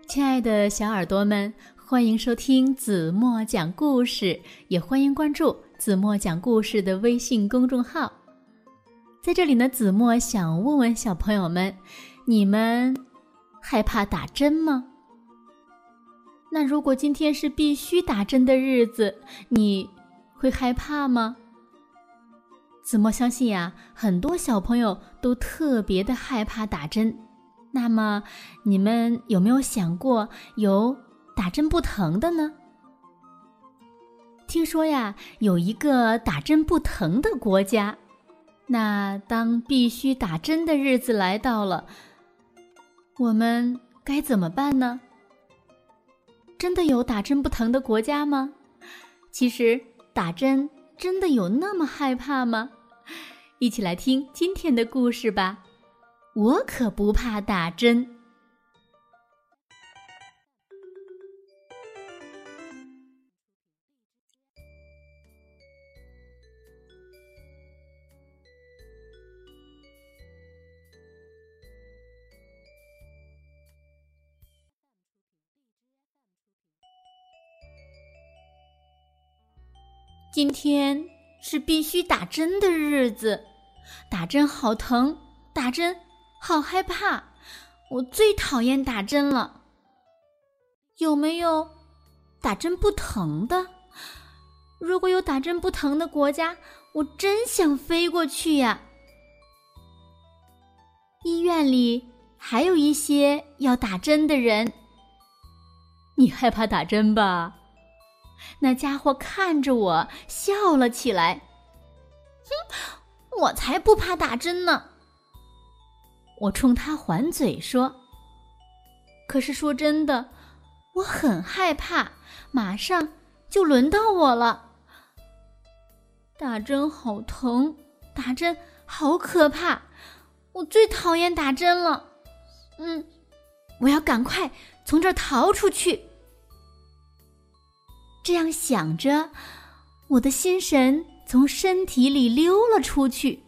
亲爱的小耳朵们，欢迎收听子墨讲故事，也欢迎关注子墨讲故事的微信公众号。在这里呢，子墨想问问小朋友们，你们害怕打针吗？那如果今天是必须打针的日子，你会害怕吗？子墨相信呀，很多小朋友都特别的害怕打针。那么你们有没有想过有打针不疼的呢？听说呀，有一个打针不疼的国家。那当必须打针的日子来到了，我们该怎么办呢？真的有打针不疼的国家吗？其实打针真的有那么害怕吗？一起来听今天的故事吧。我可不怕打针。今天是必须打针的日子，打针好疼，打针好害怕，我最讨厌打针了。有没有打针不疼的？如果有打针不疼的国家，我真想飞过去呀。医院里还有一些要打针的人。你害怕打针吧？那家伙看着我笑了起来。我才不怕打针呢。我冲他还嘴说，可是说真的，我很害怕，马上就轮到我了。打针好疼，打针好可怕，我最讨厌打针了。我要赶快从这儿逃出去。这样想着，我的心神从身体里溜了出去。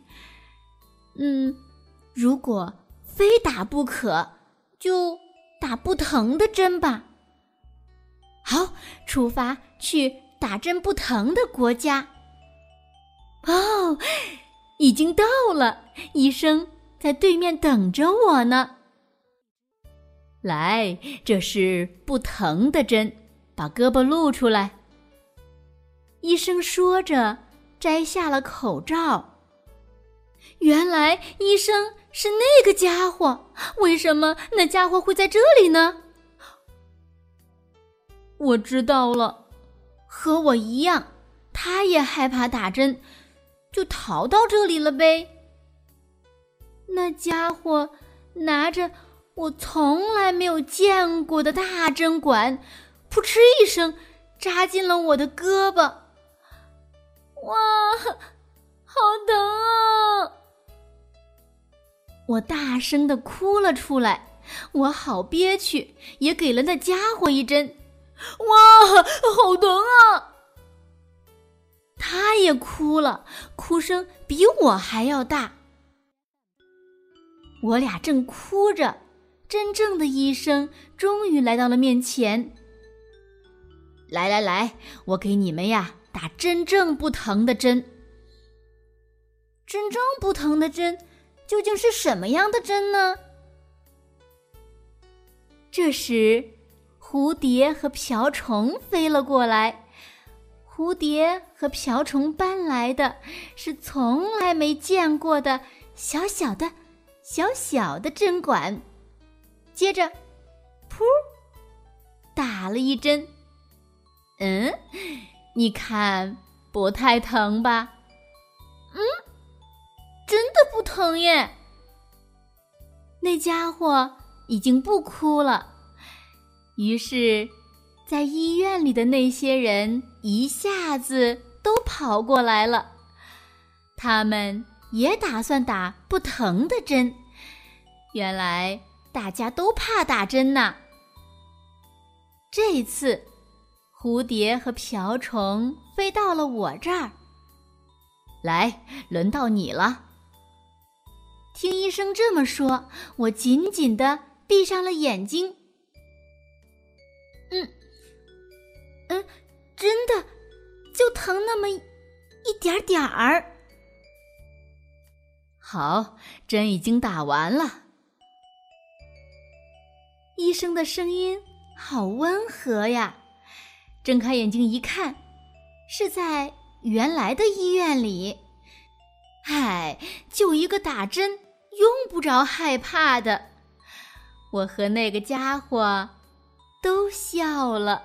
如果非打不可，就打不疼的针吧。好，出发去打针不疼的国家。哦，已经到了，医生在对面等着我呢。来，这是不疼的针，把胳膊露出来。医生说着，摘下了口罩。原来医生是那个家伙，为什么那家伙会在这里呢？我知道了，和我一样，他也害怕打针，就逃到这里了呗。那家伙拿着我从来没有见过的大针管，噗嗤一声扎进了我的胳膊。哇，好疼啊！我大声地哭了出来，我好憋屈，也给了那家伙一针。哇，好疼啊！他也哭了，哭声比我还要大。我俩正哭着，真正的医生终于来到了面前。来，我给你们呀打真正不疼的针。真正不疼的针究竟是什么样的针呢？这时，蝴蝶和瓢虫飞了过来。蝴蝶和瓢虫搬来的是从来没见过的小小的针管。接着，噗，打了一针。你看不太疼吧？真的不疼耶。那家伙已经不哭了。于是，在医院里的那些人一下子都跑过来了。他们也打算打不疼的针。原来大家都怕打针呢。这次，蝴蝶和瓢虫飞到了我这儿。来，轮到你了。听医生这么说，我紧紧地闭上了眼睛。 真的，就疼那么一点点儿。好，针已经打完了。医生的声音好温和呀，睁开眼睛一看，是在原来的医院里。嗨，就一个打针，用不着害怕的。我和那个家伙都笑了。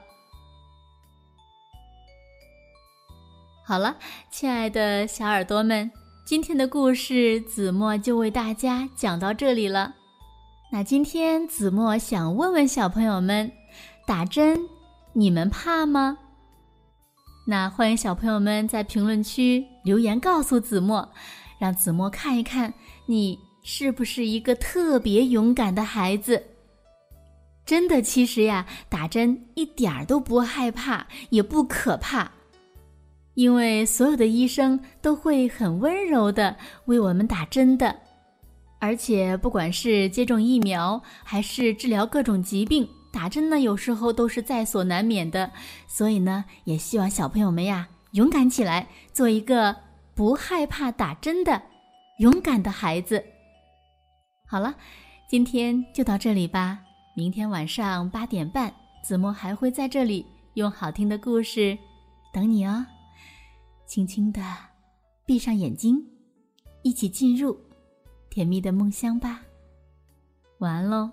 好了，亲爱的小耳朵们，今天的故事子墨就为大家讲到这里了。那今天子墨想问问小朋友们，打针你们怕吗？那欢迎小朋友们在评论区留言告诉子墨，让子墨看一看你是不是一个特别勇敢的孩子。真的，其实呀，打针一点儿都不害怕，也不可怕。因为所有的医生都会很温柔地为我们打针的，而且不管是接种疫苗还是治疗各种疾病，打针呢有时候都是在所难免的。所以呢，也希望小朋友们呀勇敢起来，做一个不害怕打针的勇敢的孩子。好了，今天就到这里吧。明天晚上8点半，子墨还会在这里用好听的故事等你哦。轻轻地闭上眼睛，一起进入甜蜜的梦乡吧。晚安喽。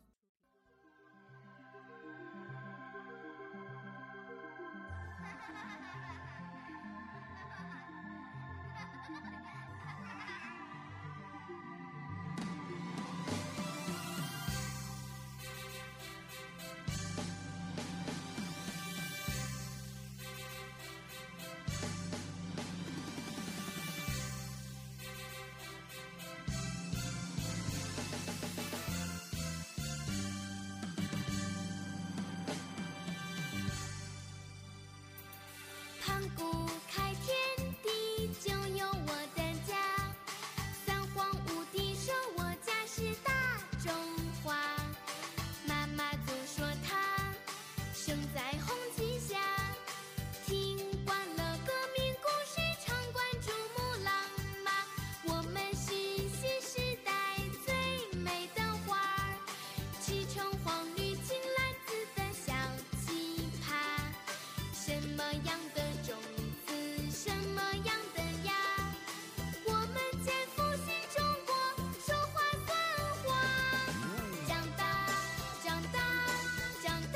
盘古开天地，就有我的家。三皇五帝说我家是大中华。妈妈总说她生在红旗下。听惯了革命故事，常关注母狼马。我们是新时代最美的花儿，赤橙黄绿青蓝紫的小奇葩。什么样的种子，什么样的芽，我们肩负新中国，说话算话。长大，长大，长大，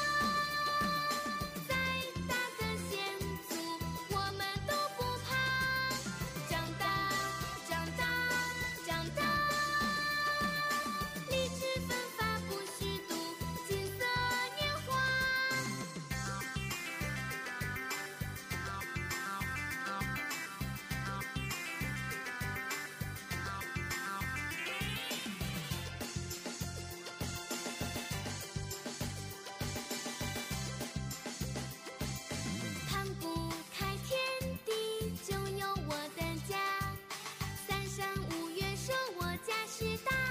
再大的险阻我们都不怕。长大，长大，长大，励志奋发不虚度，金色年华。盘古开天地，就有我的家。三山五岳说我家是大